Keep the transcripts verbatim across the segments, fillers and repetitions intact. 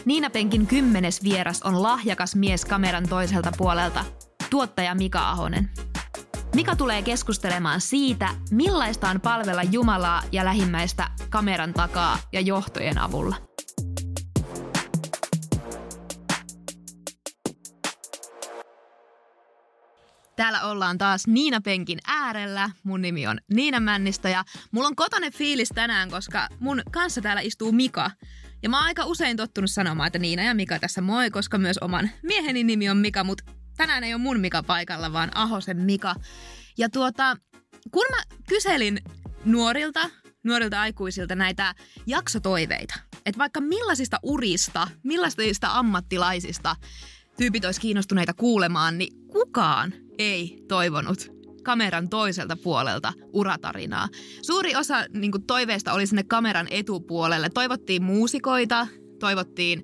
Niina Penkin kymmenes vieras on lahjakas mies kameran toiselta puolelta, tuottaja Mika Ahonen. Mika tulee keskustelemaan siitä, millaista on palvella Jumalaa ja lähimmäistä kameran takaa ja johtojen avulla. Täällä ollaan taas Niina Penkin äärellä. Mun nimi on Niina Männistö ja mulla on kotoinen fiilis tänään, koska mun kanssa täällä istuu Mika. Ja mä oon aika usein tottunut sanomaan, että Niina ja Mika tässä moi, koska myös oman mieheni nimi on Mika, mutta tänään ei ole mun Mika paikalla, vaan Ahosen Mika. Ja tuota, kun mä kyselin nuorilta, nuorilta aikuisilta näitä jaksotoiveita, että vaikka millaisista urista, millaisista ammattilaisista tyypit olisi kiinnostuneita kuulemaan, niin kukaan ei toivonut kameran toiselta puolelta uratarinaa. Suuri osa niin kuin toiveista oli sinne kameran etupuolelle. Toivottiin muusikoita, toivottiin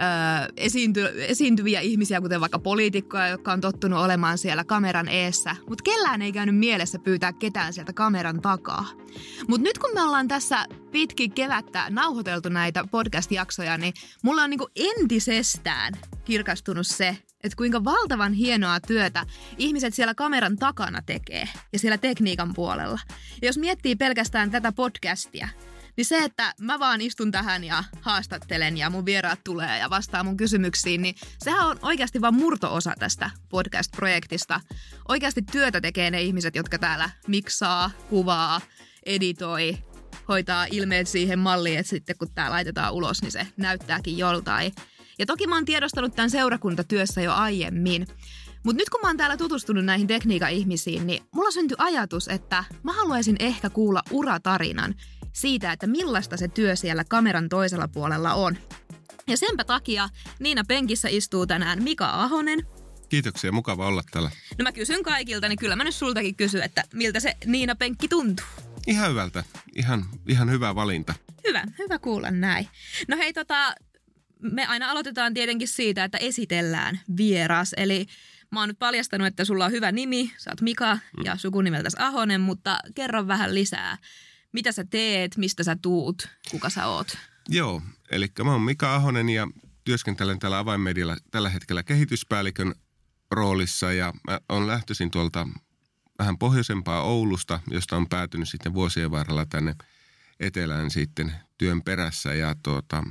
ö, esiinty, esiintyviä ihmisiä, kuten vaikka poliitikkoja, jotka on tottunut olemaan siellä kameran eessä. Mutta kellään ei käynyt mielessä pyytää ketään sieltä kameran takaa. Mutta nyt kun me ollaan tässä pitkin kevättä nauhoiteltu näitä podcast-jaksoja, niin mulla on niin kuin entisestään kirkastunut se, että kuinka valtavan hienoa työtä ihmiset siellä kameran takana tekee ja siellä tekniikan puolella. Ja jos miettii pelkästään tätä podcastia, niin se, että mä vaan istun tähän ja haastattelen ja mun vieraat tulee ja vastaa mun kysymyksiin, niin sehän on oikeasti vaan murto-osa tästä podcast-projektista. Oikeasti työtä tekee ne ihmiset, jotka täällä miksaa, kuvaa, editoi, hoitaa ilmeet siihen malliin, että sitten kun tää laitetaan ulos, niin se näyttääkin joltain. Ja toki mä oon tiedostanut tämän seurakuntatyössä jo aiemmin. Mutta nyt kun mä oon täällä tutustunut näihin tekniikan-ihmisiin, niin mulla syntyi ajatus, että mä haluaisin ehkä kuulla uratarinan siitä, että millaista se työ siellä kameran toisella puolella on. Ja senpä takia Niina Penkissä istuu tänään Mika Ahonen. Kiitoksia, mukava olla täällä. No mä kysyn kaikilta, niin kyllä mä nyt sultakin kysyn, että miltä se Niina Penkki tuntuu? Ihan hyvältä. Ihan, ihan hyvä valinta. Hyvä, hyvä kuulla näin. No hei tota... Me aina aloitetaan tietenkin siitä, että esitellään vieras. Eli mä oon nyt paljastanut, että sulla on hyvä nimi, sä oot Mika ja sukunimeltäsi Ahonen, mutta kerro vähän lisää. Mitä sä teet, mistä sä tuut, kuka sä oot? Joo, eli mä oon Mika Ahonen ja työskentelen täällä Avainmedialla tällä hetkellä kehityspäällikön roolissa. Ja mä oon lähtöisin tuolta vähän pohjoisempaa Oulusta, josta on päätynyt sitten vuosien varrella tänne etelään sitten työn perässä ja tuota...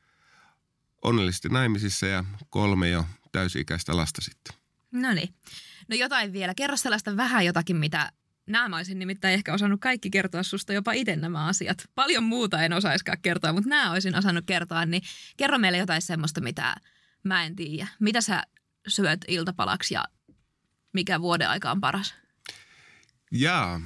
onnellisesti naimisissa ja kolme jo täysi-ikäistä lasta sitten. No niin. No jotain vielä. Kerro sellaista vähän jotakin, mitä nämä olisin nimittäin ehkä osannut kaikki kertoa susta, jopa itse nämä asiat. Paljon muuta en osaiskaan kertoa, mutta nämä olisin osannut kertoa. Niin kerro meille jotain semmoista, mitä mä en tiedä. Mitä sä syöt iltapalaksi ja mikä vuoden aika on paras? Jaa.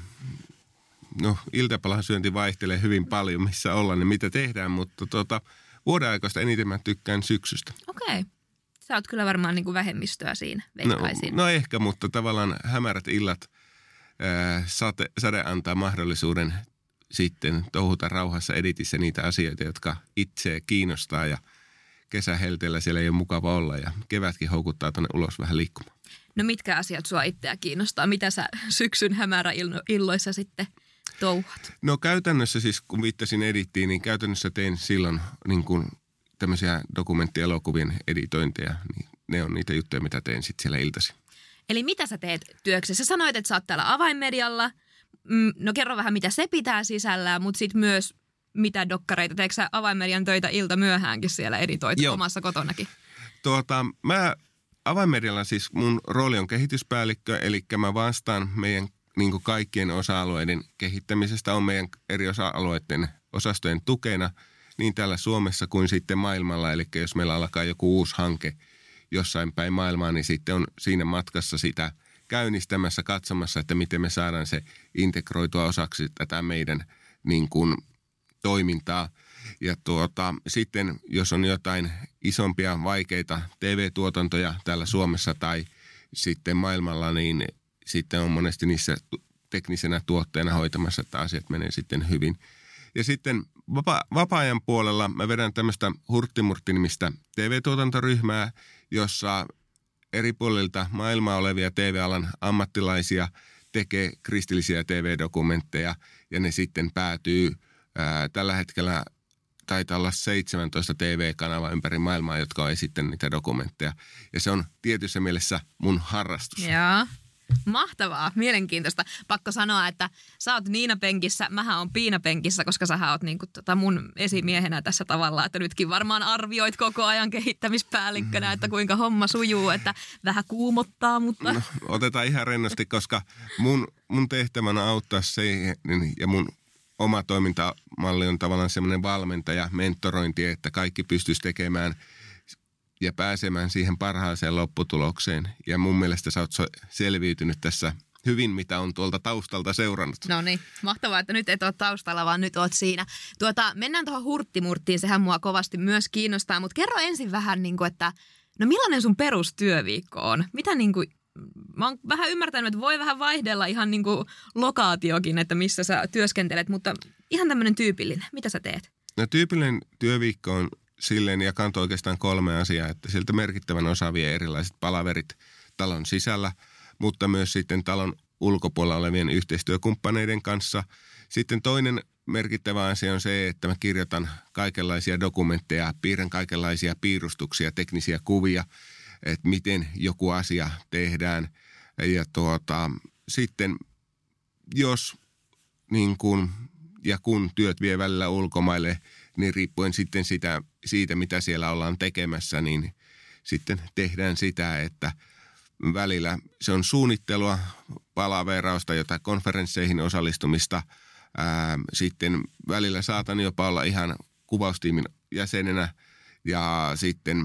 No iltapalan syönti vaihtelee hyvin paljon, missä ollaan ja mitä tehdään, mutta tuota... vuoden aikaista eniten mä tykkään syksystä. Okei. Sä oot kyllä varmaan niin kuin vähemmistöä siinä, veikkaisin. No, no ehkä, mutta tavallaan hämärät illat, ää, sate, sade antaa mahdollisuuden sitten touhuta rauhassa editissä niitä asioita, jotka itse kiinnostaa ja kesähelteellä siellä ei ole mukava olla ja kevätkin houkuttaa tuonne ulos vähän liikkumaan. No mitkä asiat sua itseä kiinnostaa? Mitä sä syksyn hämäräilloissa sitten touhat? No käytännössä siis, kun viittasin edittiin, niin käytännössä tein silloin niin kuin tämmöisiä dokumenttielokuvien editointeja. Niin ne on niitä juttuja, mitä teen sitten siellä iltaisin. Eli mitä sä teet työksessä? Sä sanoit, että sä oot täällä Avainmedialla. No kerro vähän, mitä se pitää sisällään, mutta sitten myös mitä dokkareita. Teekö sä Avainmedian töitä ilta myöhäänkin siellä editoit Joo. omassa kotonakin? Tuota, mä Avainmedialla siis mun rooli on kehityspäällikkö, eli mä vastaan meidän niin kuin kaikkien osa-alueiden kehittämisestä on meidän eri osa-alueiden osastojen tukena niin täällä Suomessa kuin sitten maailmalla. Eli jos meillä alkaa joku uusi hanke jossain päin maailmaa, niin sitten on siinä matkassa sitä käynnistämässä, katsomassa, että miten me saadaan se integroitua osaksi tätä meidän niin kuin toimintaa. Ja tuota, sitten jos on jotain isompia, vaikeita T V-tuotantoja täällä Suomessa tai sitten maailmalla, niin sitten on monesti niissä teknisenä tuotteena hoitamassa, että asiat menee sitten hyvin. Ja sitten vapa- vapaa-ajan puolella mä vedän tämmöistä Hurttimurtti-nimistä T V-tuotantoryhmää, jossa eri puolilta maailmaa olevia T V-alan ammattilaisia tekee kristillisiä T V-dokumentteja ja ne sitten päätyy ää, tällä hetkellä taitaa olla seitsemäntoista T V-kanavaa ympäri maailmaa, jotka on esittänyt niitä dokumentteja. Ja se on tietyssä mielessä mun harrastus. Joo. Mahtavaa, mielenkiintoista. Pakko sanoa, että sä oot Niina penkissä, mähän on Piina penkissä, koska sähän oot niinku tota mun esimiehenä tässä tavalla, että nytkin varmaan arvioit koko ajan kehittämispäällikkönä, että kuinka homma sujuu, että vähän kuumottaa, mutta... No, otetaan ihan rennosti, koska mun, mun tehtävänä auttaa siihen ja mun oma toimintamalli on tavallaan semmoinen valmentaja, mentorointi, että kaikki pystyisi tekemään ja pääsemään siihen parhaaseen lopputulokseen. Ja mun mielestä sä oot selviytynyt tässä hyvin, mitä on tuolta taustalta seurannut. No niin, mahtavaa, että nyt et ole taustalla, vaan nyt oot siinä. Tuota, mennään tuohon hurttimurttiin, sehän mua kovasti myös kiinnostaa, mutta kerro ensin vähän, niin kuin, että no millainen sun perustyöviikko on? Mitä niin kuin, mä oon vähän ymmärtänyt, että voi vähän vaihdella ihan niin kuin lokaatiokin, että missä sä työskentelet, mutta ihan tämmöinen tyypillinen. Mitä sä teet? No tyypillinen työviikko on silleen jakantuu oikeastaan kolme asiaa, että sieltä merkittävän osa vie erilaiset palaverit talon sisällä, mutta myös sitten talon ulkopuolella olevien yhteistyökumppaneiden kanssa. Sitten toinen merkittävä asia on se, että mä kirjoitan kaikenlaisia dokumentteja, piirrän kaikenlaisia piirustuksia, teknisiä kuvia, että miten joku asia tehdään. Ja tuota, sitten jos niin kun, ja kun työt vie välillä ulkomaille, niin riippuen sitten sitä, siitä, mitä siellä ollaan tekemässä, niin sitten tehdään sitä, että välillä se on suunnittelua, palaverausta, jota konferensseihin osallistumista. Ää, sitten välillä saatan jopa olla ihan kuvaustiimin jäsenenä ja sitten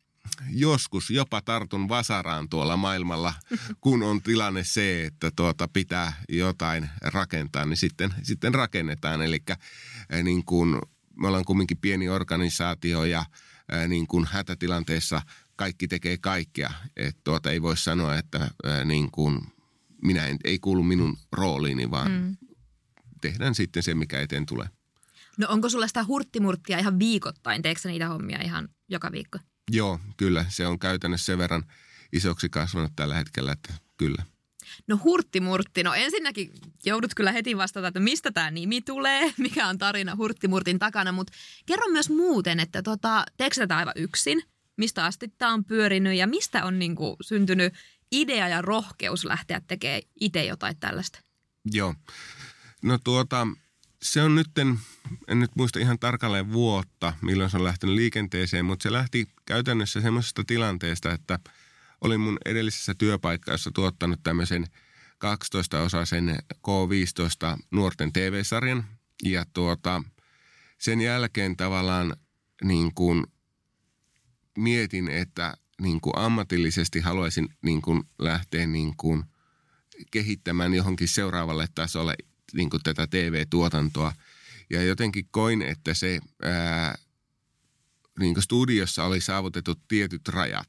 joskus jopa tartun vasaraan tuolla maailmalla, kun on tilanne se, että tuota pitää jotain rakentaa, niin sitten, sitten rakennetaan. Eli niin kuin me ollaan kumminkin pieni organisaatio ja ää, niin kuin hätätilanteessa kaikki tekee kaikkea. Et tuota ei voi sanoa, että ää, niin kuin minä en, ei kuulu minun rooliini, vaan mm. tehdään sitten se, mikä eteen tulee. No onko sulla sitä hurttimurttia ihan viikoittain? Teekö sä niitä hommia ihan joka viikko? Joo, kyllä. Se on käytännössä sen verran isoksi kasvanut tällä hetkellä, että kyllä. No hurttimurtti. No ensinnäkin joudut kyllä heti vastata, että mistä tämä nimi tulee, mikä on tarina hurttimurtin takana, mutta kerro myös muuten, että tota, teekö tätä aivan yksin? Mistä asti tämä on pyörinyt ja mistä on niinku syntynyt idea ja rohkeus lähteä tekemään itse jotain tällaista? Joo. No tuota, se on nytten, en nyt muista ihan tarkalleen vuotta, milloin se on lähtenyt liikenteeseen, mutta se lähti käytännössä semmoisesta tilanteesta, että olin mun edellisessä työpaikassa tuottanut tämmöisen kaksitoista-osaisen K viisitoista nuorten T V-sarjan. Ja tuota, sen jälkeen tavallaan niin kuin mietin, että niin kuin ammatillisesti haluaisin niin kuin lähteä niin kuin kehittämään johonkin seuraavalle tasolle niin kuin tätä T V-tuotantoa. Ja jotenkin koin, että se ää, niin kuin studiossa oli saavutettu tietyt rajat.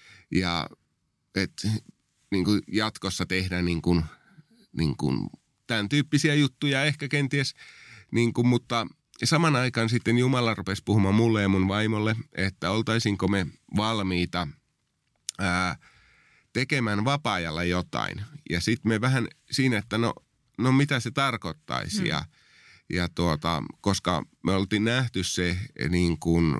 Ja että niin kuin jatkossa tehdään niin kuin, niin kuin tämän tyyppisiä juttuja ehkä kenties, niin kuin, mutta saman aikaan sitten Jumala rupesi puhumaan mulle ja mun vaimolle, että oltaisinko me valmiita ää, tekemään vapaa-ajalla jotain. Ja sitten me vähän siinä, että no, no mitä se tarkoittaisi. Hmm. Ja, ja tuota, koska me oltiin nähty se niin kuin,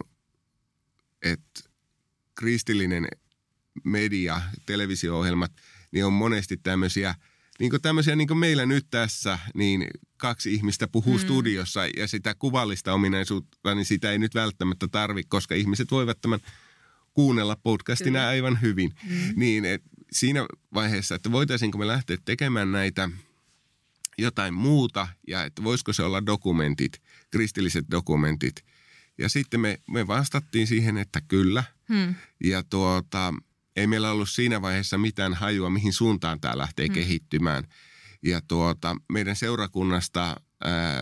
että kristillinen media, televisio-ohjelmat, niin on monesti tämmöisiä, niin kuin tämmöisiä niin kuin meillä nyt tässä, niin kaksi ihmistä puhuu mm. studiossa ja sitä kuvallista ominaisuutta, niin sitä ei nyt välttämättä tarvitse, koska ihmiset voivat tämän kuunnella podcastina Kyllä. aivan hyvin. Mm. Niin et siinä vaiheessa, että voitaisiinko me lähteä tekemään näitä jotain muuta ja että voisiko se olla dokumentit, kristilliset dokumentit. Ja sitten me, me vastattiin siihen, että kyllä. Mm. Ja tuota... Ei meillä ollut siinä vaiheessa mitään hajua, mihin suuntaan tämä lähtee mm. kehittymään. Ja tuota, meidän seurakunnasta ää,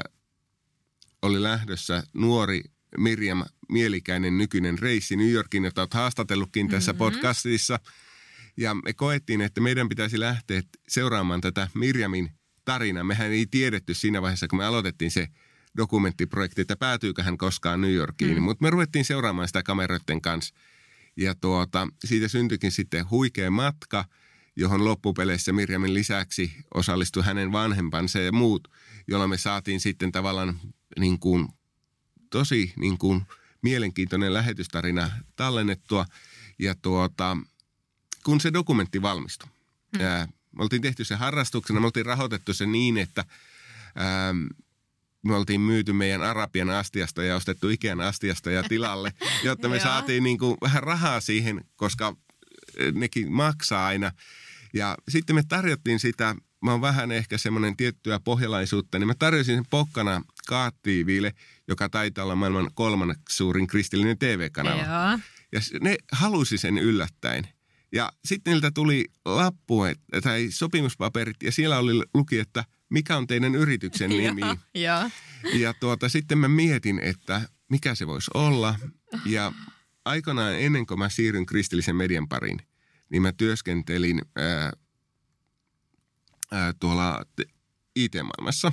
oli lähdössä nuori Mirjam Mielikäinen nykyinen reissi New Yorkin, jota olet haastatellutkin tässä mm-hmm. podcastissa. Ja me koettiin, että meidän pitäisi lähteä seuraamaan tätä Mirjamin tarinaa. Mehän ei tiedetty siinä vaiheessa, kun me aloitettiin se dokumenttiprojekti, että päätyykö hän koskaan New Yorkiin. Mm. Mutta me ruvettiin seuraamaan sitä kameroiden kanssa. Ja tuota, siitä syntyikin sitten huikea matka, johon loppupeleissä Mirjamin lisäksi osallistui hänen vanhempansa ja muut, jolloin me saatiin sitten tavallaan niin kuin tosi niin kuin mielenkiintoinen lähetystarina tallennettua. Ja tuota, kun se dokumentti valmistui, hmm. ää, me oltiin tehty se harrastuksena, me oltiin rahoitettu se niin, että ää, me oltiin myyty meidän Arabian astiasta ja ostettu Ikean astiasta ja tilalle, jotta me saatiin niin kuin vähän rahaa siihen, koska nekin maksaa aina. Ja sitten me tarjottiin sitä, mä oon vähän ehkä semmoinen tiettyä pohjalaisuutta, niin mä tarjosin sen pokkana Kaat-tiiviille, joka taitaa olla maailman kolmanneksi suurin kristillinen T V-kanava. Joo. Ja ne halusi sen yllättäen. Ja sitten niiltä tuli lappu tai sopimuspaperit ja siellä oli luki, että mikä on teidän yrityksen nimi. Ja, ja tuota, sitten mä mietin, että mikä se voisi olla. Ja aikanaan ennen kuin mä siirryn kristillisen median pariin, niin mä työskentelin ää, ää, tuolla I T-maailmassa.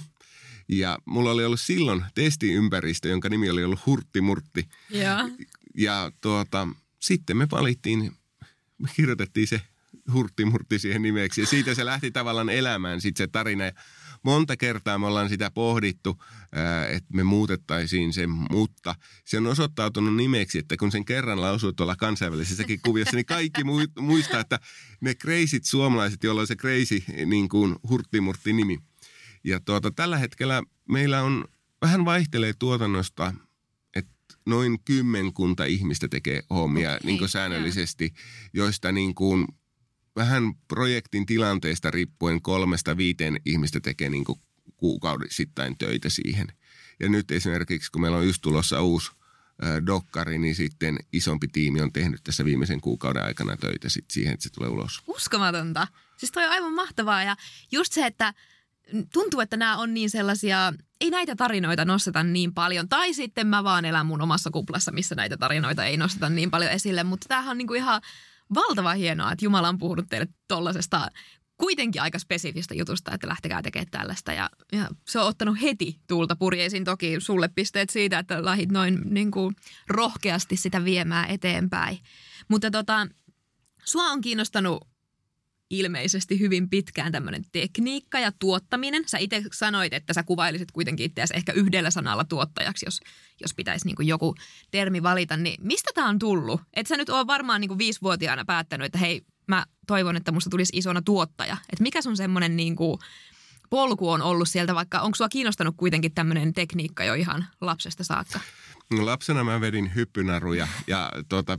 Ja mulla oli ollut silloin testiympäristö, jonka nimi oli ollut Hurtti Murtti. ja. Ja tuota, sitten me valittiin, me kirjoitettiin se Hurtti Murtti siihen nimeksi. Ja siitä se lähti tavallaan elämään sitten se tarina. Ja monta kertaa me ollaan sitä pohdittu, että me muutettaisiin sen, mutta se on osoittautunut nimeksi, että kun sen kerran lausuu tuolla kansainvälisessäkin kuviossa, niin kaikki muistaa, että ne crazyt suomalaiset, joilla on se crazy niin kuin Hurtti Murtti nimi. Ja tuota, tällä hetkellä meillä on, vähän vaihtelee tuotannosta, että noin kymmenkunta ihmistä tekee hommia okay, niin kuin säännöllisesti, yeah. joista niin kuin vähän projektin tilanteesta riippuen kolmesta viiteen ihmistä tekee niin kuin kuukaudesittain töitä siihen. Ja nyt esimerkiksi, kun meillä on just tulossa uusi äh, dokkari, niin sitten isompi tiimi on tehnyt tässä viimeisen kuukauden aikana töitä sit siihen, että se tulee ulos. Uskomatonta. Siis toi on aivan mahtavaa ja just se, että tuntuu, että nämä on niin sellaisia, ei näitä tarinoita nosteta niin paljon. Tai sitten mä vaan elän mun omassa kuplassa, missä näitä tarinoita ei nosteta niin paljon esille. Mutta tämähän on niinku ihan valtava hienoa, että Jumala on puhunut teille tollasesta kuitenkin aika spesifistä jutusta, että lähtekää tekemään tällaista. Ja, ja se on ottanut heti tuulta purjeisiin. Toki sulle pisteet siitä, että lähdit noin niinku rohkeasti sitä viemään eteenpäin. Mutta tota, sua on kiinnostanut ilmeisesti hyvin pitkään tämmöinen tekniikka ja tuottaminen. Sä itse sanoit, että sä kuvailisit kuitenkin itseäsi ehkä yhdellä sanalla tuottajaksi, jos, jos pitäisi niin kuin joku termi valita. Niin mistä tää on tullut? Et sä nyt ole varmaan niin kuin viisivuotiaana päättänyt, että hei, mä toivon, että musta tulisi isona tuottaja. Että mikä sun semmoinen niin kuin polku on ollut sieltä, vaikka onko sua kiinnostanut kuitenkin tämmöinen tekniikka jo ihan lapsesta saakka? No, lapsena mä vedin hyppynaruja ja tuota,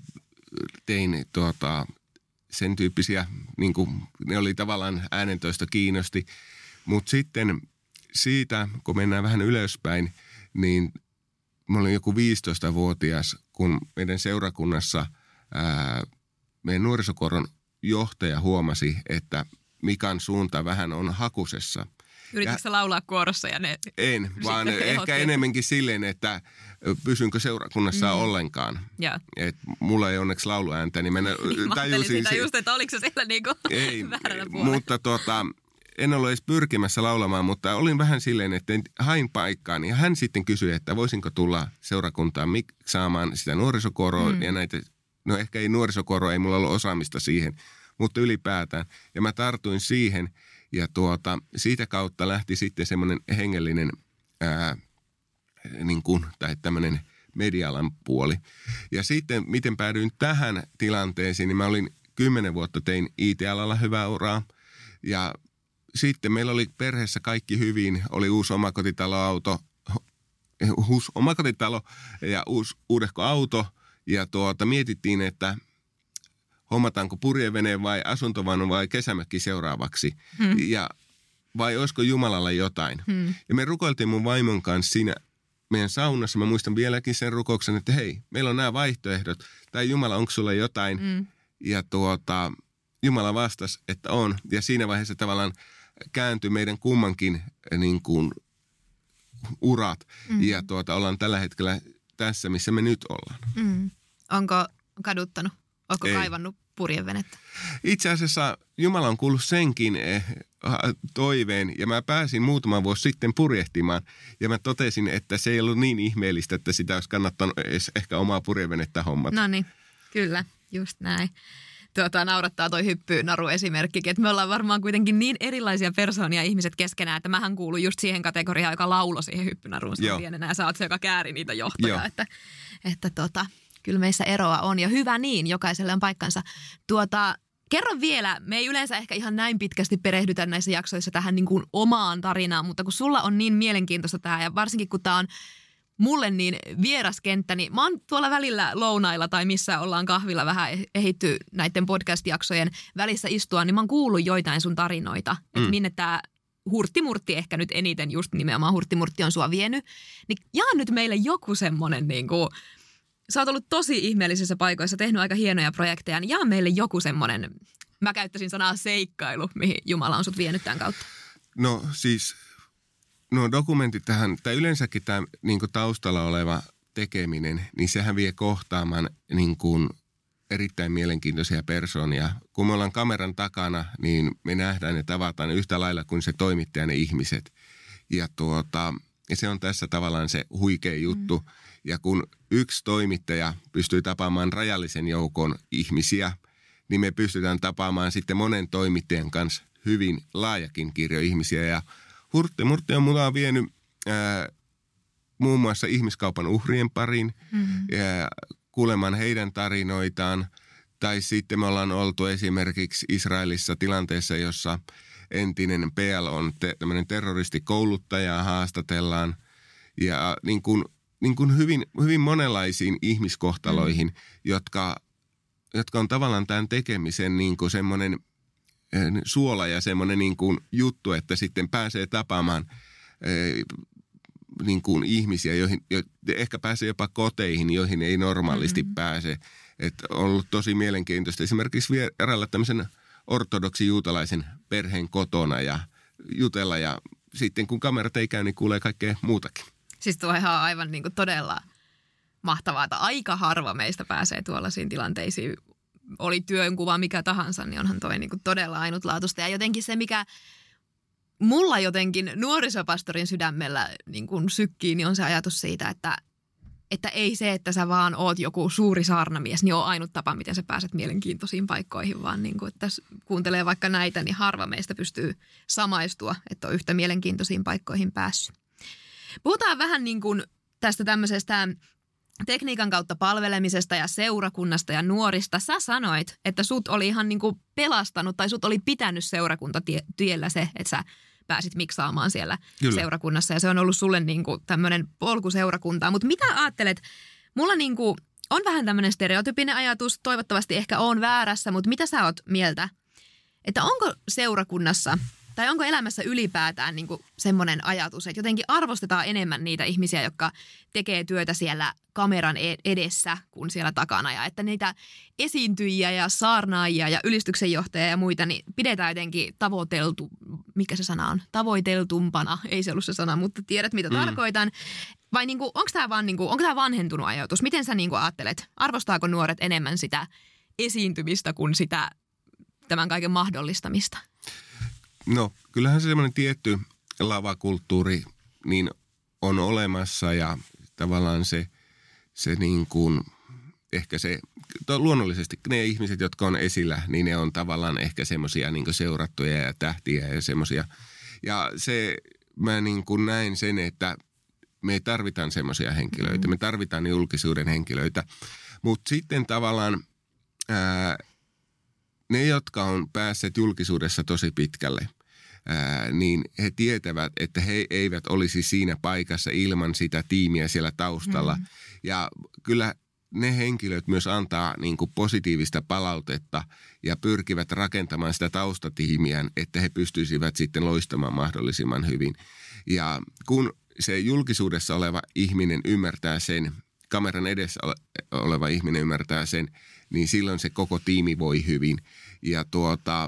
tein tuota... sen tyyppisiä, niin kuin, ne oli tavallaan äänentoisto kiinnosti. Mutta sitten siitä, kun mennään vähän ylöspäin, niin mä olin joku viisitoistavuotias, kun meidän seurakunnassa ää, meidän nuorisokoron johtaja huomasi, että Mikan suunta vähän on hakusessa. Yritätkö laulaa kuorossa ja ne... En, vaan ehkä enemmänkin silleen, että pysynkö seurakunnassa mm. ollenkaan. Ja. Et mulla ei onneksi lauluääntä, niin mä niin, tajusin... sitä just, että oliko se siellä niinku ei, väärällä puolella. Mutta tota, en ollut edes pyrkimässä laulamaan, mutta olin vähän silleen, että hain paikkaan. Ja hän sitten kysyi, että voisinko tulla seurakuntaan miksaamaan sitä nuorisokoroa mm. ja näitä... No ehkä ei nuorisokoroa, ei mulla ollut osaamista siihen, mutta ylipäätään. Ja mä tartuin siihen... Ja tuota, siitä kautta lähti sitten semmoinen hengellinen ää, niin kuin, tai tämmöinen media-alan puoli. Ja sitten, miten päädyin tähän tilanteeseen, niin mä olin kymmenen vuotta tein I T-alalla hyvää uraa. Ja sitten meillä oli perheessä kaikki hyvin, oli uusi omakotitaloauto, uusi omakotitalo ja uusi uudehko auto. Ja tuota, mietittiin, että... hommataanko purjeveneen vai asuntovaunu vai kesämökki seuraavaksi. Hmm. Ja vai olisiko Jumalalla jotain. Hmm. Ja me rukoiltiin mun vaimon kanssa siinä meidän saunassa. Mä muistan vieläkin sen rukouksen, että hei, meillä on nämä vaihtoehdot. Tai Jumala, onko sulla jotain? Hmm. Ja tuota, Jumala vastasi, että on. Ja siinä vaiheessa tavallaan kääntyi meidän kummankin niin kuin, urat. Hmm. Ja tuota, ollaan tällä hetkellä tässä, missä me nyt ollaan. Hmm. Onko kaduttanut? Oletko Ei. kaivannut purjevenettä? Itse asiassa Jumala on kuullut senkin eh, toiveen ja mä pääsin muutama vuosi sitten purjehtimaan ja mä totesin, että se ei ollut niin ihmeellistä, että sitä olisi kannattanut edes ehkä omaa purjevenettä hommata. No niin, kyllä, just näin. tuota, naurattaa toi hyppynaru esimerkkikin, että me ollaan varmaan kuitenkin niin erilaisia persoonia ihmiset keskenään, että mähän kuulun just siihen kategoriaan, joka lauloi siihen hyppynaruun pienenä ja sä oot se, joka kääri niitä johtoja, Joo. että, että tota, kyllä meissä eroa on ja hyvä niin, jokaiselle on paikkansa. Tuota, kerro vielä, me ei yleensä ehkä ihan näin pitkästi perehdytä näissä jaksoissa tähän niin kuin omaan tarinaan, mutta kun sulla on niin mielenkiintoista tämä ja varsinkin kun tämä on mulle niin vieras kenttä, niin mä oon tuolla välillä lounailla tai missä ollaan kahvilla vähän ehitty näiden podcast-jaksojen välissä istua, niin mä oon kuullut joitain sun tarinoita, mm. että minne tää hurttimurtti ehkä nyt eniten just nimenomaan hurttimurtti on sua vienyt. Niin jaa nyt meille joku semmonen niin kuin, sä oot ollut tosi ihmeellisissä paikoissa, tehnyt aika hienoja projekteja, niin jaa meille joku semmonen, mä käyttäisin sanaa seikkailu, mihin Jumala on sut vienyt tämän kautta. No siis no dokumentit tähän, tai yleensäkin tämä niin kuin taustalla oleva tekeminen, niin sehän vie kohtaamaan niin kuin erittäin mielenkiintoisia persoonia. Kun me ollaan kameran takana, niin me nähdään ja tavataan yhtä lailla kuin se toimittaja ne ihmiset. Ja, tuota, ja se on tässä tavallaan se huikea juttu. Mm. Ja kun yksi toimittaja pystyy tapaamaan rajallisen joukon ihmisiä, niin me pystytään tapaamaan sitten monen toimittajan kanssa hyvin laajakin kirjo ihmisiä. Ja Hurttimurtti on mulla vienyt ää, muun muassa ihmiskaupan uhrien pariin mm-hmm. ja kuulemaan heidän tarinoitaan. Tai sitten me ollaan oltu esimerkiksi Israelissa tilanteessa, jossa entinen P L on te, tämmöinen terroristikouluttaja haastatellaan. Ja niin kuin, niin kuin hyvin, hyvin monenlaisiin ihmiskohtaloihin, mm. jotka, jotka on tavallaan tämän tekemisen niin kuin semmoinen suola ja semmoinen niin kuin juttu, että sitten pääsee tapaamaan niin kuin ihmisiä, joihin jo, ehkä pääsee jopa koteihin, joihin ei normaalisti mm-hmm. pääse. Että on ollut tosi mielenkiintoista esimerkiksi vierailla tämmöisen ortodoksi juutalaisen perheen kotona ja jutella ja sitten kun kamerat ei käy, niin kuulee kaikkea muutakin. Siis tuo ihan aivan niin kuin todella mahtavaa, että aika harva meistä pääsee tuollaisiin tilanteisiin. Oli työnkuva mikä tahansa, niin onhan toi niin kuin todella ainutlaatuista. Ja jotenkin se, mikä mulla jotenkin nuorisopastorin sydämellä niin kuin sykkii, niin on se ajatus siitä, että, että ei se, että sä vaan oot joku suuri saarnamies, niin on ainut tapa, miten sä pääset mielenkiintoisiin paikkoihin, vaan niin kuin, että kuuntelee vaikka näitä, niin harva meistä pystyy samaistua, että on yhtä mielenkiintoisiin paikkoihin päässyt. Puhutaan vähän niin kuin tästä tämmöisestä tekniikan kautta palvelemisesta ja seurakunnasta ja nuorista. Sä sanoit, että sut oli ihan niin kuin pelastanut tai sut oli pitänyt seurakuntatiellä se, että sä pääsit miksaamaan siellä Kyllä. seurakunnassa. Ja se on ollut sulle niin kuin tämmöinen polku seurakuntaa. Mutta mitä ajattelet? Mulla niin kuin on vähän tämmöinen stereotypinen ajatus. Toivottavasti ehkä on väärässä, mutta mitä sä oot mieltä? Että onko seurakunnassa tai onko elämässä ylipäätään niin kuin semmoinen ajatus, että jotenkin arvostetaan enemmän niitä ihmisiä, jotka tekee työtä siellä kameran edessä kuin siellä takana. Ja että niitä esiintyjiä ja saarnaajia ja ylistyksenjohtajia ja muita, niin pidetään jotenkin tavoiteltu, mikä se sana on, tavoiteltumpana. Ei se ollut se sana, mutta tiedät mitä mm. tarkoitan. Vai niin kuin, onko tämä vaan, niin kuin, onko tämä vanhentunut ajatus? Miten sä niin kuin ajattelet? Arvostaako nuoret enemmän sitä esiintymistä kuin sitä tämän kaiken mahdollistamista? No, kyllähän se semmoinen tietty lavakulttuuri niin on olemassa ja tavallaan se, se niin kuin, ehkä se, luonnollisesti ne ihmiset, jotka on esillä, niin ne on tavallaan ehkä semmoisia niin kuin seurattuja ja tähtiä ja semmoisia. Ja se, mä niin kuin näin sen, että me tarvitaan semmoisia henkilöitä, me tarvitaan julkisuuden henkilöitä, mutta sitten tavallaan ää, ne, jotka on päässeet julkisuudessa tosi pitkälle, ää, niin he tietävät, että he eivät olisi siinä paikassa ilman sitä tiimiä siellä taustalla. Mm. Ja kyllä ne henkilöt myös antaa niin kuin positiivista palautetta ja pyrkivät rakentamaan sitä taustatiimiä, että he pystyisivät sitten loistamaan mahdollisimman hyvin. Ja kun se julkisuudessa oleva ihminen ymmärtää sen, kameran edessä oleva ihminen ymmärtää sen, niin silloin se koko tiimi voi hyvin. Ja tuota,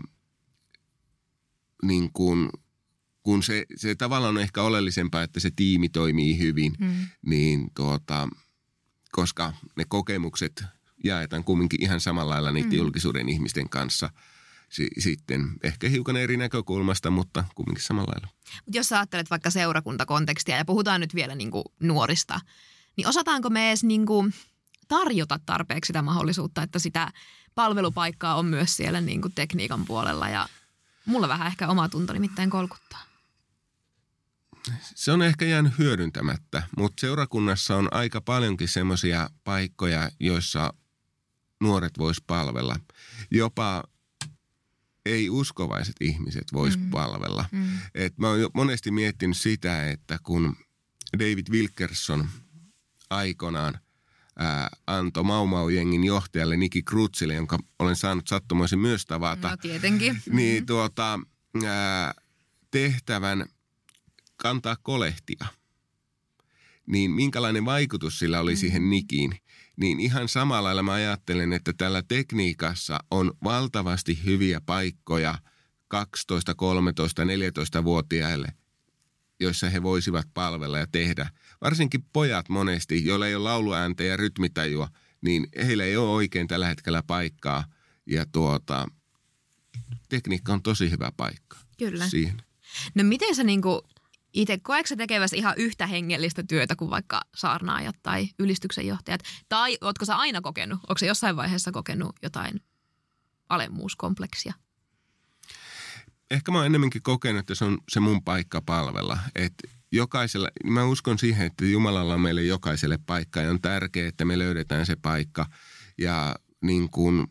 niin kun, kun se, se tavallaan on ehkä oleellisempaa, että se tiimi toimii hyvin, mm. niin tuota, koska ne kokemukset jaetaan kumminkin ihan samalla lailla niiden mm. julkisuuden ihmisten kanssa. S- sitten ehkä hiukan eri näkökulmasta, mutta kumminkin samalla lailla. Mut jos sä ajattelet vaikka seurakuntakontekstia ja puhutaan nyt vielä niin kuin nuorista, niin osataanko me edes niin kuin tarjota tarpeeksi sitä mahdollisuutta, että sitä palvelupaikkaa on myös siellä niin kuin tekniikan puolella ja mulla vähän ehkä oma tunto nimittäin kolkuttaa. Se on ehkä jäänyt hyödyntämättä, mutta seurakunnassa on aika paljonkin semmoisia paikkoja, joissa nuoret vois palvella. Jopa ei-uskovaiset ihmiset vois mm. palvella. Mm. Et mä oon monesti miettinyt sitä, että kun David Wilkerson aikoinaan ää, antoi Mau Mau-jengin johtajalle Nicky Cruzille, jonka olen saanut sattumoisin myös tavata. No tietenkin. Niin mm. tuota, ää, tehtävän kantaa kolehtia. Niin minkälainen vaikutus sillä oli mm. siihen Nikiin? Niin ihan samalla lailla mä ajattelen, että tällä tekniikassa on valtavasti hyviä paikkoja kaksitoista, kolmetoista, neljätoista-vuotiaille, joissa he voisivat palvella ja tehdä. Varsinkin pojat monesti, joilla ei ole lauluääntä ja rytmitajua, niin heillä ei ole oikein tällä hetkellä paikkaa. Ja tuota, tekniikka on tosi hyvä paikka. Kyllä. Siihen. No miten sä niinku itse, koetko sä tekeväsi ihan yhtä hengellistä työtä kuin vaikka saarnaajat tai ylistyksenjohtajat? Tai ootko sä aina kokenut, onko sä jossain vaiheessa kokenut jotain alemmuuskompleksia? Ehkä mä oon enemmänkin kokenut, että se on se mun paikka palvella. Että jokaisella, mä uskon siihen, että Jumalalla on meille jokaiselle paikka ja on tärkeää, että me löydetään se paikka. Ja niin kuin,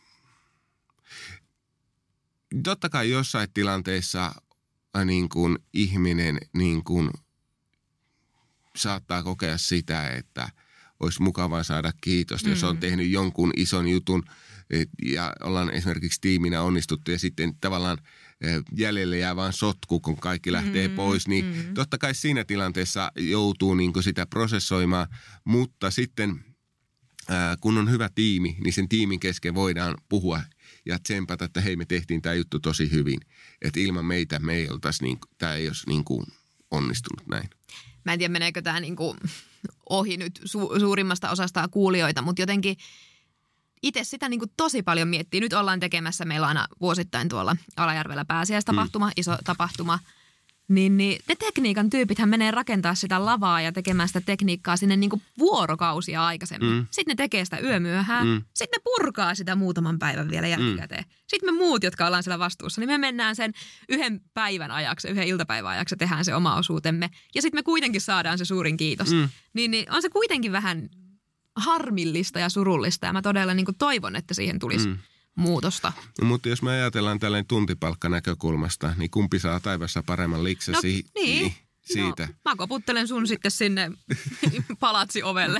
totta kai jossain tilanteessa niin kuin ihminen niin kuin saattaa kokea sitä, että olisi mukavaa saada kiitosta, mm. jos on tehnyt jonkun ison jutun ja ollaan esimerkiksi tiiminä onnistuttu ja sitten tavallaan jäljelle jää vaan sotku, kun kaikki lähtee mm. pois, niin mm. totta kai siinä tilanteessa joutuu niin kuin sitä prosessoimaan, mutta sitten ää, kun on hyvä tiimi, niin sen tiimin kesken voidaan puhua ja tsempata, että hei, me tehtiin tämä juttu tosi hyvin. Että ilman meitä me ei oltaisi, niin, tämä ei olisi niin kuin onnistunut näin. Mä en tiedä, meneekö tämä niin kuin ohi nyt su- suurimmasta osasta kuulijoita, mutta jotenkin itse sitä niin kuin tosi paljon miettii. Nyt ollaan tekemässä, meillä on aina vuosittain tuolla Alajärvellä pääsiäistapahtuma, mm. iso tapahtuma. Niin, niin ne tekniikan tyypithän menee rakentaa sitä lavaa ja tekemään sitä tekniikkaa sinne niin kuin vuorokausia aikaisemmin. Mm. Sitten ne tekee sitä yömyöhään. Mm. Sitten ne purkaa sitä muutaman päivän vielä jälkikäteen. Mm. Sitten me muut, jotka ollaan siellä vastuussa, niin me mennään sen yhden päivän ajaksi, yhden iltapäivän ajaksi ja tehdään se oma osuutemme. Ja sitten me kuitenkin saadaan se suurin kiitos. Mm. Niin, niin on se kuitenkin vähän harmillista ja surullista. Ja mä todella niin kuin toivon, että siihen tulisi mm. muutosta. No, mutta jos me ajatellaan tällainen tuntipalkkanäkökulmasta, niin kumpi saa taivassa paremman liksasi no, niin. siitä? No, mä koputtelen sun sitten sinne palatsi ovelle.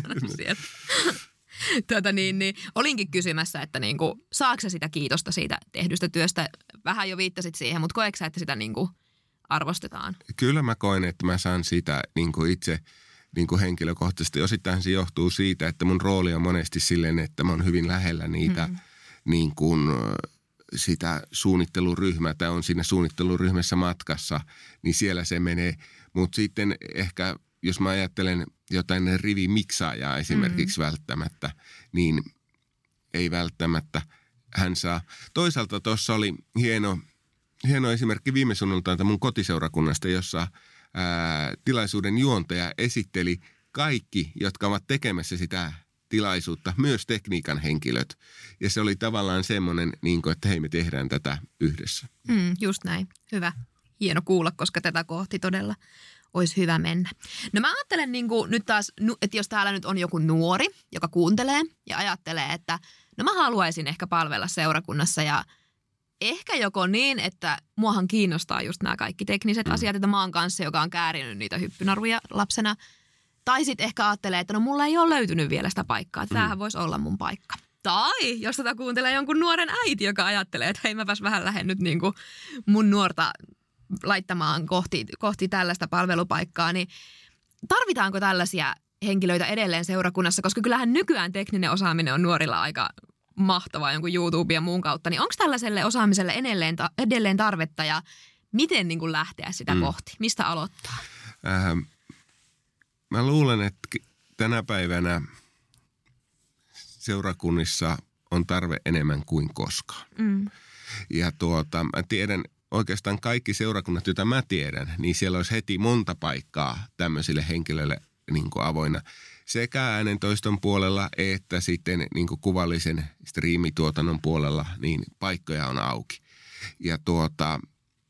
Tuota, niin, niin, olinkin kysymässä, että niinku, saako sä sitä kiitosta siitä tehdystä työstä? Vähän jo viittasit siihen, mutta koetko sä, että sitä niinku arvostetaan? Kyllä mä koen, että mä saan sitä niinku itse niinku henkilökohtaisesti. Osittain se johtuu siitä, että mun rooli on monesti silleen, että mä oon hyvin lähellä niitä mm. niin kuin sitä suunnitteluryhmää tai on siinä suunnitteluryhmässä matkassa, niin siellä se menee. Mutta sitten ehkä, jos mä ajattelen jotain rivimiksaajaa esimerkiksi mm. välttämättä, niin ei välttämättä hän saa. Toisaalta tuossa oli hieno, hieno esimerkki viime sunnuntailta mun kotiseurakunnasta, jossa ää, tilaisuuden juontaja esitteli kaikki, jotka ovat tekemässä sitä tilaisuutta, myös tekniikan henkilöt. Ja se oli tavallaan semmoinen, niin kuin, että hei, me tehdään tätä yhdessä. Mm, just näin. Hyvä. Hieno kuulla, koska tätä kohti todella olisi hyvä mennä. No mä ajattelen niin kuin nyt taas, että jos täällä nyt on joku nuori, joka kuuntelee ja ajattelee, että no mä haluaisin ehkä palvella seurakunnassa ja ehkä joko niin, että muahan kiinnostaa just nämä kaikki tekniset mm. asiat, että mä oon kanssa, joka on käärinyt niitä hyppynarvuja lapsena. Tai sitten ehkä ajattelee, että no mulla ei ole löytynyt vielä sitä paikkaa, että mm. tämähän voisi olla mun paikka. Tai jos tätä kuuntelee jonkun nuoren äiti, joka ajattelee, että hei mäpäs vähän lähden nyt niin kuin mun nuorta laittamaan kohti, kohti tällaista palvelupaikkaa, niin tarvitaanko tällaisia henkilöitä edelleen seurakunnassa? Koska kyllähän nykyään tekninen osaaminen on nuorilla aika mahtavaa jonkun YouTube ja muun kautta. Niin onko tällaiselle osaamiselle edelleen, edelleen tarvetta ja miten niin kuin lähteä sitä mm. kohti? Mistä aloittaa? Ähm. Mä luulen, että tänä päivänä seurakunnissa on tarve enemmän kuin koskaan. Mm. Ja tuota, mä tiedän oikeastaan kaikki seurakunnat, joita mä tiedän, niin siellä olisi heti monta paikkaa tämmöisille henkilöille niin kuin avoinna. sekä äänentoiston puolella että sitten niin kuin kuvallisen striimituotannon puolella niin paikkoja on auki. Ja tuota,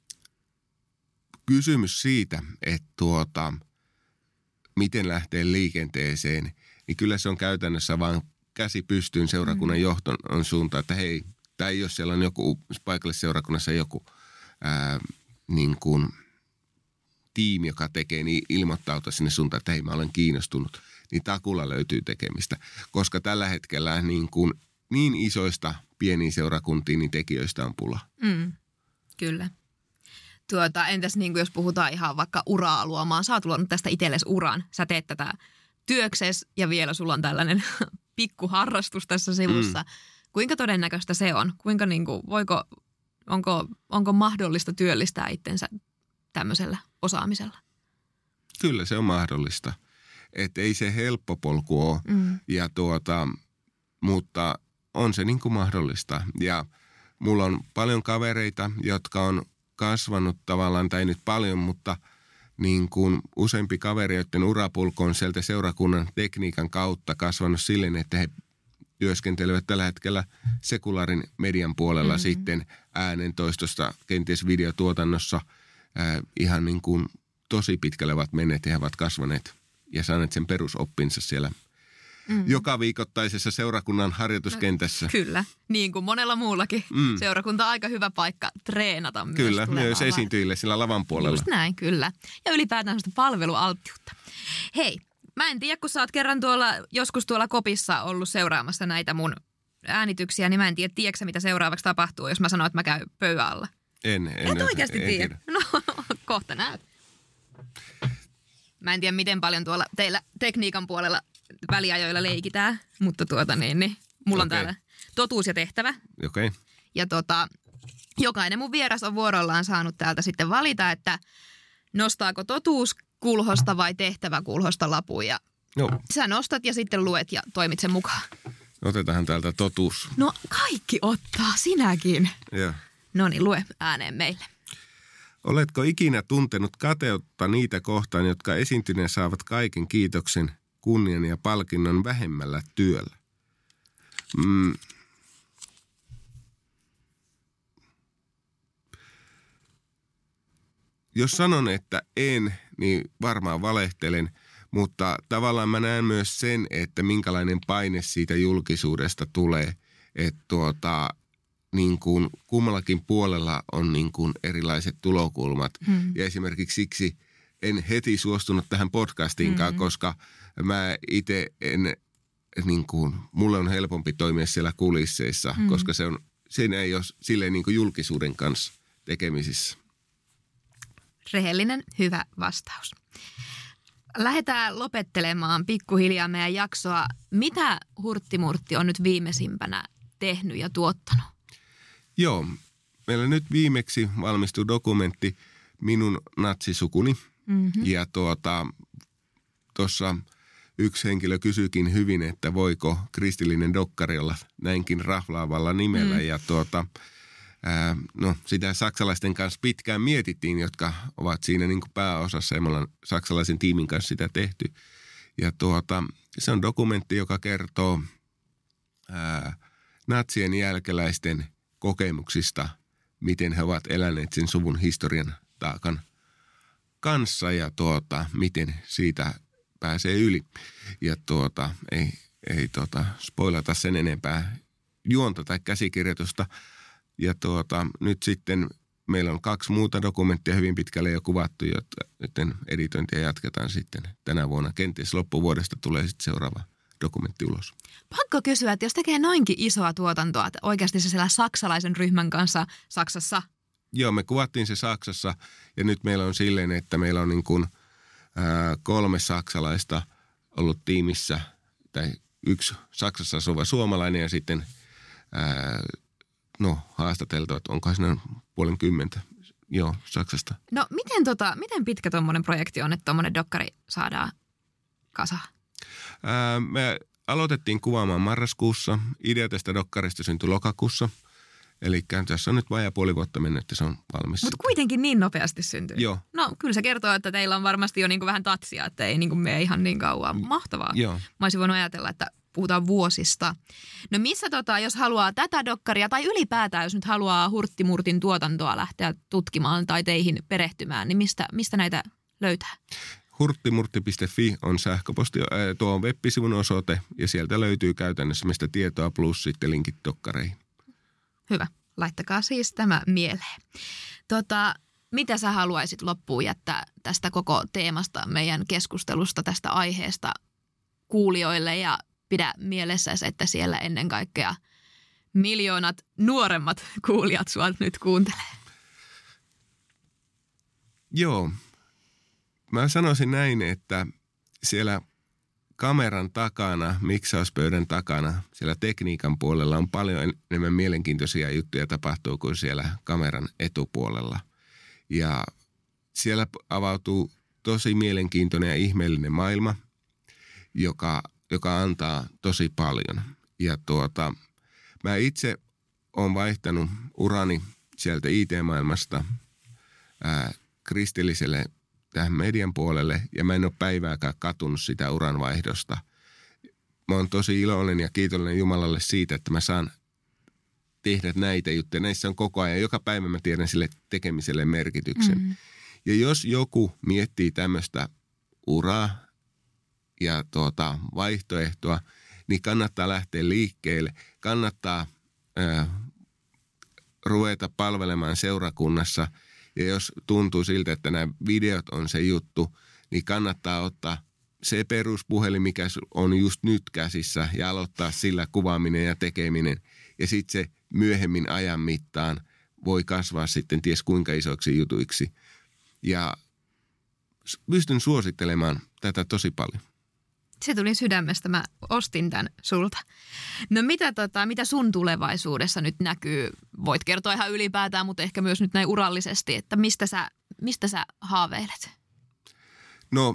kysymys siitä, että tuota, miten lähtee liikenteeseen, niin kyllä se on käytännössä vaan käsi pystyyn seurakunnan mm. johton on suuntaan, että hei, tai jos siellä on joku paikallisseurakunnassa joku ää, niin kuin tiimi, joka tekee, niin ilmoittautua sinne suuntaan, että hei, mä olen kiinnostunut, niin takulla löytyy tekemistä. Koska tällä hetkellä niin, kuin, niin isoista pieniin seurakuntiin, niin tekijöistä on pula. Mm, kyllä. Tuota, entäs niin kuin jos puhutaan ihan vaikka uraa luomaan, sä oot luonut tästä itsellesi uran, sä teet tätä työksesi ja vielä sulla on tällainen pikkuharrastus tässä sivussa. Mm. Kuinka todennäköistä se on? Kuinka niin kuin, voiko, onko, onko mahdollista työllistää itsensä tämmöisellä osaamisella? Kyllä se on mahdollista. Että ei se helppo polku ole, mm. ja tuota, mutta on se niin kuin mahdollista. Ja mulla on paljon kavereita, jotka on kasvanut tavallaan, tai nyt paljon, mutta niin kuin useampi kaveri, joiden urapulku on sieltä seurakunnan tekniikan kautta kasvanut silleen, että he työskentelevät tällä hetkellä sekulaarin median puolella mm-hmm. sitten äänentoistosta, kenties videotuotannossa ää, ihan niin kuin tosi pitkälle ovat menneet ja he ovat kasvaneet ja saaneet sen perusoppinsa siellä mm. joka viikoittaisessa seurakunnan harjoituskentässä. No, kyllä, niin kuin monella muullakin. Mm. Seurakunta on aika hyvä paikka treenata myös. Kyllä, myös esiintyjille sillä lavan puolella. Just näin, kyllä. Ja ylipäätään sellaista palvelualttiutta. Hei, mä en tiedä, kun sä oot kerran tuolla, joskus tuolla kopissa ollut seuraamassa näitä mun äänityksiä, niin mä en tiedä, tiedätkö mitä seuraavaksi tapahtuu, jos mä sanon, että mä käyn pöydän alla. En, en. Et oikeasti en, tiedä. En no, kohta näet. Mä en tiedä, miten paljon tuolla teillä tekniikan puolella väliajoilla leikitään, mutta tuota niin, niin mulla on okay. täällä totuus ja tehtävä. Okei. Okay. Ja tota, jokainen mun vieras on vuorollaan saanut täältä sitten valita, että nostaako totuus kulhosta vai tehtävä kulhosta lapun. Ja no. Sä nostat ja sitten luet ja toimit sen mukaan. Otetaan täältä totuus. No kaikki ottaa, sinäkin. Joo. No niin, lue ääneen meille. Oletko ikinä tuntenut kateutta niitä kohtaan, jotka esiintyneen saavat kaiken kiitoksen, kunnian ja palkinnon vähemmällä työllä? Mm. Jos sanon, että en, niin varmaan valehtelen, mutta tavallaan mä näen myös sen, että minkälainen paine siitä julkisuudesta tulee, että tuota, niin kuin kummallakin puolella on niin kuin erilaiset tulokulmat. Hmm. Ja esimerkiksi siksi en heti suostunut tähän podcastinkaan, hmm. koska mä itse en, niin kuin, mulle on helpompi toimia siellä kulisseissa, hmm. koska se on, siinä ei ole silleen niin kuin julkisuuden kanssa tekemisissä. Rehellinen, hyvä vastaus. Lähdetään lopettelemaan pikkuhiljaa meidän jaksoa. Mitä Hurtti-Murtti on nyt viimeisimpänä tehnyt ja tuottanut? Joo, meillä nyt viimeksi valmistui dokumentti Minun natsisukuni. Mm-hmm. Ja tuota, tuossa yksi henkilö kysyikin hyvin, että voiko kristillinen dokkari olla näinkin raflaavalla nimellä. Mm. Ja tuota, ää, no sitä saksalaisten kanssa pitkään mietittiin, jotka ovat siinä niin kuin pääosassa. Ja me ollaan saksalaisen tiimin kanssa sitä tehty. Ja tuota, se on dokumentti, joka kertoo ää, natsien jälkeläisten kokemuksista, miten he ovat eläneet sen suvun historian taakan kanssa ja tuota, miten siitä pääsee yli. Ja tuota, ei, ei tuota, spoilata sen enempää juonta tai käsikirjoitusta. Ja tuota, nyt sitten meillä on kaksi muuta dokumenttia hyvin pitkälle jo kuvattu, joten editointia jatketaan sitten tänä vuonna. Kenties loppuvuodesta tulee sitten seuraava dokumentti ulos. Pakko kysyä, että jos tekee noinkin isoa tuotantoa, että oikeasti se siellä saksalaisen ryhmän kanssa Saksassa? Joo, me kuvattiin se Saksassa ja nyt meillä on silleen, että meillä on niin kuin, ää, kolme saksalaista ollut tiimissä, tai yksi Saksassa asuva suomalainen ja sitten ää, no, haastateltu, että onko siinä puolen kymmentä, joo, Saksasta. No miten, tota, miten pitkä tuommoinen projekti on, että tuommoinen dokkari saadaan kasaan? Ää, me aloitettiin kuvaamaan marraskuussa. Idea tästä dokkarista syntyi lokakuussa. Eli tässä on nyt vajaa puoli vuotta mennyt, että se on valmis. Mutta kuitenkin niin nopeasti syntyy. Joo. No kyllä se kertoo, että teillä on varmasti jo niinku vähän tatsia, että ei niinku mene ihan niin kauan. Mahtavaa. Joo. Mä olisin voinut ajatella, että puhutaan vuosista. No missä tota, jos haluaa tätä dokkaria tai ylipäätään, jos nyt haluaa hurttimurtin tuotantoa lähteä tutkimaan tai teihin perehtymään, niin mistä, mistä näitä löytää? hurttimurtti piste fi on sähköposti, äh, tuo on web-sivun osoite ja sieltä löytyy käytännössä mistä tietoa plus sitten linkit dokkareihin. Hyvä. Laittakaa siis tämä mieleen. Tota, mitä sä haluaisit loppuun jättää tästä koko teemasta, meidän keskustelusta tästä aiheesta kuulijoille ja pidä mielessä, että siellä ennen kaikkea miljoonat nuoremmat kuulijat sua nyt kuuntelee. Joo. Mä sanoisin näin, että siellä kameran takana, miksauspöydän takana, siellä tekniikan puolella on paljon enemmän mielenkiintoisia juttuja tapahtuu kuin siellä kameran etupuolella. Ja siellä avautuu tosi mielenkiintoinen ja ihmeellinen maailma, joka, joka antaa tosi paljon. Ja tuota, mä itse olen vaihtanut urani sieltä I T-maailmasta ää, kristilliselle tähän median puolelle ja mä en ole päivääkään katunut sitä uranvaihdosta. Mä oon tosi iloinen ja kiitollinen Jumalalle siitä, että mä saan tehdä näitä juttuja. Näissä on koko ajan. Joka päivä mä tiedän sille tekemiselle merkityksen. Mm-hmm. Ja jos joku miettii tämmöistä uraa ja tuota, vaihtoehtoa, niin kannattaa lähteä liikkeelle. Kannattaa äh, ruveta palvelemaan seurakunnassa. Ja jos tuntuu siltä, että nämä videot on se juttu, niin kannattaa ottaa se peruspuhelin, mikä on just nyt käsissä ja aloittaa sillä kuvaaminen ja tekeminen. Ja sitten se myöhemmin ajan mittaan voi kasvaa sitten ties kuinka isoiksi jutuiksi. Ja pystyn suosittelemaan tätä tosi paljon. Se tuli sydämestä. Mä ostin tämän sulta. No mitä, tota, mitä sun tulevaisuudessa nyt näkyy? Voit kertoa ihan ylipäätään, mutta ehkä myös nyt näin urallisesti, että mistä sä, mistä sä haaveilet? No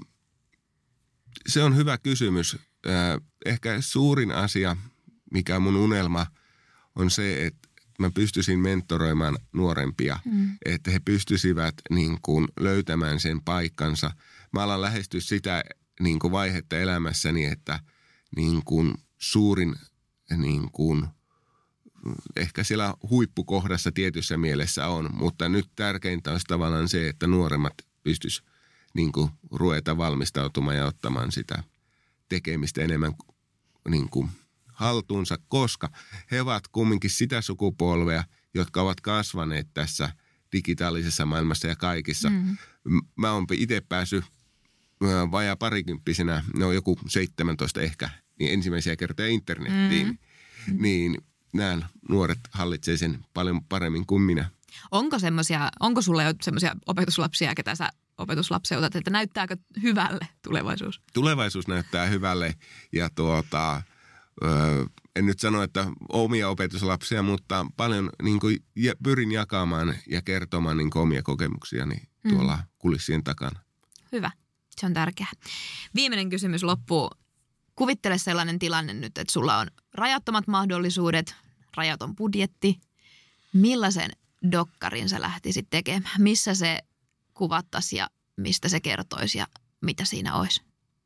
se on hyvä kysymys. Ehkä suurin asia, mikä on mun unelma, on se, että mä pystyisin mentoroimaan nuorempia, mm. että he pystyisivät niin kuin löytämään sen paikkansa. Mä alan lähestyä sitä niin kuin vaihetta elämässäni, että niin kuin suurin niin kuin, ehkä siellä huippukohdassa tietyssä mielessä on, mutta nyt tärkeintä on tavallaan se, että nuoremmat pystyis niin kuin ruveta valmistautumaan ja ottamaan sitä tekemistä enemmän niin kuin haltuunsa, koska he ovat kumminkin sitä sukupolvea, jotka ovat kasvaneet tässä digitaalisessa maailmassa ja kaikissa. Mm. Mä oon itse päässyt vajaa parikymppisenä, ne on joku seitsemäntoista ehkä, niin ensimmäisiä kertoja internettiin, mm. niin nämä nuoret hallitsee sen paljon paremmin kuin minä. Onko semmoisia, onko sulla jo semmoisia opetuslapsia, ketä sä opetuslapseutat, että näyttääkö hyvälle tulevaisuus? Tulevaisuus näyttää hyvälle ja tuota, ö, en nyt sano, että omia opetuslapsia, mutta paljon niin kuin, pyrin jakamaan ja kertomaan niin kuin omia kokemuksiani mm. tuolla kulissien takana. Hyvä. Se on tärkeää. Viimeinen kysymys loppuu. Kuvittele sellainen tilanne nyt, että sulla on rajattomat mahdollisuudet, rajaton budjetti. Millaisen dokkarin sä lähtisit tekemään? Missä se kuvattaisi ja mistä se kertoisi ja mitä siinä olisi?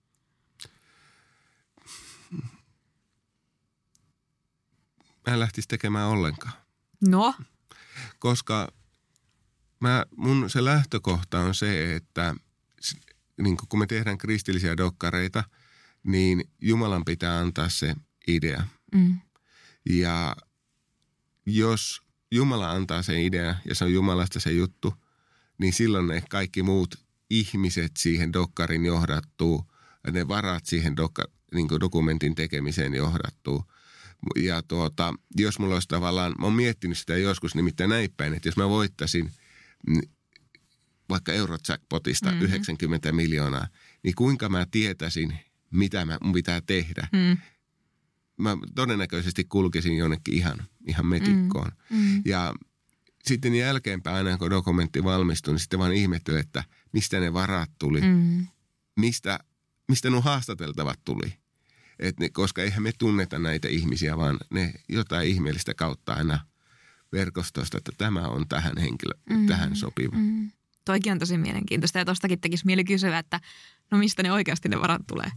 Mä en lähtisi tekemään ollenkaan. No? Koska mä, mun se lähtökohta on se, että niin kun me tehdään kristillisiä dokkareita, niin Jumalan pitää antaa se idea. Mm. Ja jos Jumala antaa sen idea ja se on Jumalasta se juttu, niin silloin ne kaikki muut ihmiset siihen dokkarin johdattuu, ne varat siihen dokka, niin kuin dokumentin tekemiseen johdattuu. Ja tuota, jos mulla olisi tavallaan, mä oon miettinyt sitä joskus nimittäin näin päin, että jos mä voittaisin vaikka Eurojackpotista mm-hmm. yhdeksänkymmentä miljoonaa, niin kuinka mä tietäisin, mitä mä, mun pitää tehdä. Mm. Mä todennäköisesti kulkisin jonnekin ihan, ihan metikkoon. Mm. Ja sitten jälkeenpäin aina, kun dokumentti valmistui, niin sitten vaan ihmettelin, että mistä ne varat tuli, mm. mistä, mistä nuo haastateltavat tuli. Et ne, koska eihän me tunneta näitä ihmisiä, vaan ne jotain ihmeellistä kautta aina verkostosta, että tämä on tähän henkilö, mm, tähän sopiva. Mm. Toikin on tosi mielenkiintoista ja tostakin tekisi mieli kysyä, että no mistä ne oikeasti ne varat tulee?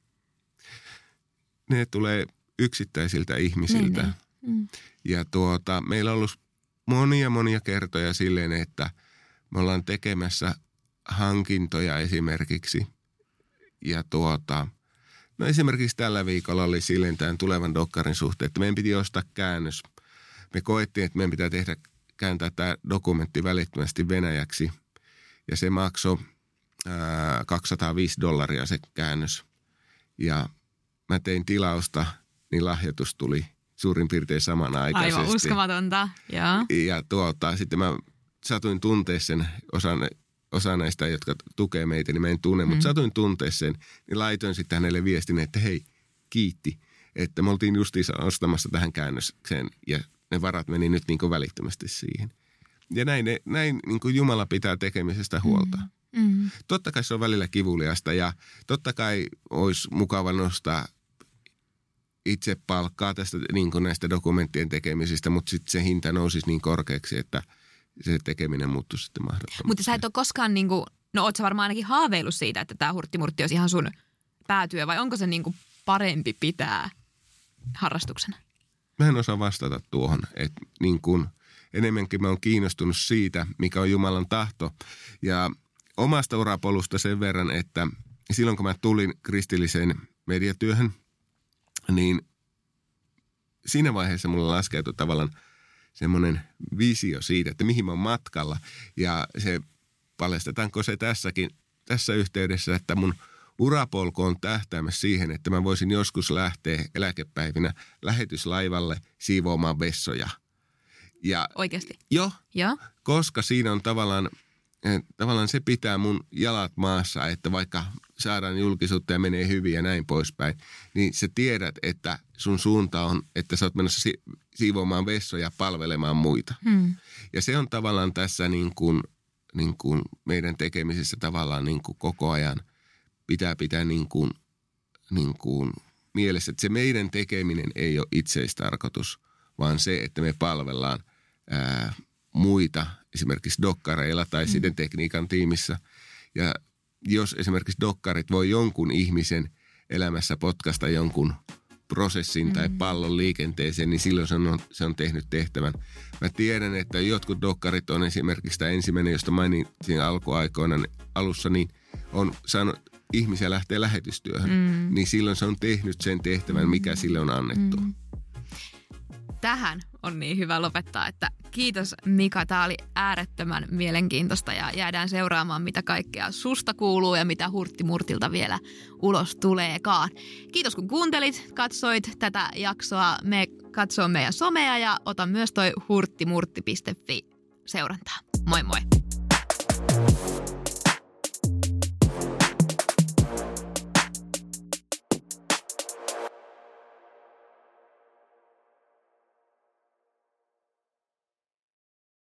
Ne tulee yksittäisiltä ihmisiltä. Niin, niin. Mm. Ja tuota, meillä on ollut monia monia kertoja silleen, että me ollaan tekemässä hankintoja esimerkiksi. Ja tuota, no esimerkiksi tällä viikolla oli silleen tämän tulevan dokkarin suhteen, että meidän piti ostaa käännös. Me koettiin, että meidän pitää tehdä, kääntää tämä dokumentti välittömästi venäjäksi. Ja se maksoi ää, kaksisataaviisi dollaria se käännös. Ja mä tein tilausta, niin lahjoitus tuli suurin piirtein samanaikaisesti. Aivan uskomatonta, joo. Ja tuota, sitten mä satuin tuntea sen osan, osa näistä, jotka tukee meitä, niin mä en tunne, mm. mutta satuin tuntea sen, niin laitoin sitten hänelle viestin, että hei, kiitti, että me oltiin justiinsa ostamassa tähän käännökseen ja ne varat meni nyt niin kuin välittömästi siihen. Ja näin, näin niin kuin Jumala pitää tekemisestä huolta. Mm. Mm. Totta kai se on välillä kivuliasta ja totta kai olisi mukava nostaa itse palkkaa tästä niin kuin näistä dokumenttien tekemisistä, mutta sitten se hinta nousisi niin korkeaksi, että se tekeminen muuttuisi sitten mahdottomaksi. Mutta sä et ole koskaan, niin kuin, no oot sä varmaan ainakin haaveillut siitä, että tämä hurttimurtti olisi ihan sun päätyö, vai onko se niin kuin parempi pitää harrastuksena? Mä en osaa vastata tuohon, että niin kuin enemmänkin mä oon kiinnostunut siitä, mikä on Jumalan tahto. Ja omasta urapolusta sen verran, että silloin kun mä tulin kristilliseen mediatyöhön, niin siinä vaiheessa mulla laskeutui tavallaan semmoinen visio siitä, että mihin mä oon matkalla. Ja se paljastetaanko se tässäkin, tässä yhteydessä, että mun urapolku on tähtäämässä siihen, että mä voisin joskus lähteä eläkepäivinä lähetyslaivalle siivoamaan vessoja. Ja oikeasti? Joo, Joo, koska siinä on tavallaan, tavallaan se pitää mun jalat maassa, että vaikka saadaan julkisuutta ja menee hyvin ja näin poispäin, niin sä tiedät, että sun suunta on, että sä oot menossa si- siivoamaan vessoja palvelemaan muita. Hmm. Ja se on tavallaan tässä niin kuin, niin kuin meidän tekemisessä tavallaan niin kuin koko ajan pitää pitää niin kuin, niin kuin mielessä, että se meidän tekeminen ei ole itseistarkoitus, vaan se, että me palvellaan ää, muita esimerkiksi dokkareilla tai hmm. sitten tekniikan tiimissä. Ja jos esimerkiksi dokkarit voi jonkun ihmisen elämässä potkasta jonkun prosessin mm. tai pallon liikenteeseen, niin silloin se on, se on tehnyt tehtävän. Mä tiedän, että jotkut dokkarit on esimerkiksi tämä ensimmäinen, josta mainitsin alkuaikoina alussa, niin on saanut ihmisiä lähteä lähetystyöhön. Mm. Niin silloin se on tehnyt sen tehtävän, mikä sille on annettu. Mm. Tähän on niin hyvä lopettaa, että kiitos Mika, tämä oli äärettömän mielenkiintoista ja jäädään seuraamaan, mitä kaikkea susta kuuluu ja mitä hurttimurtilta vielä ulos tuleekaan. Kiitos kun kuuntelit, katsoit tätä jaksoa, me katsoo meidän somea ja ota myös toi hurttimurtti piste fi seurantaa. Moi moi!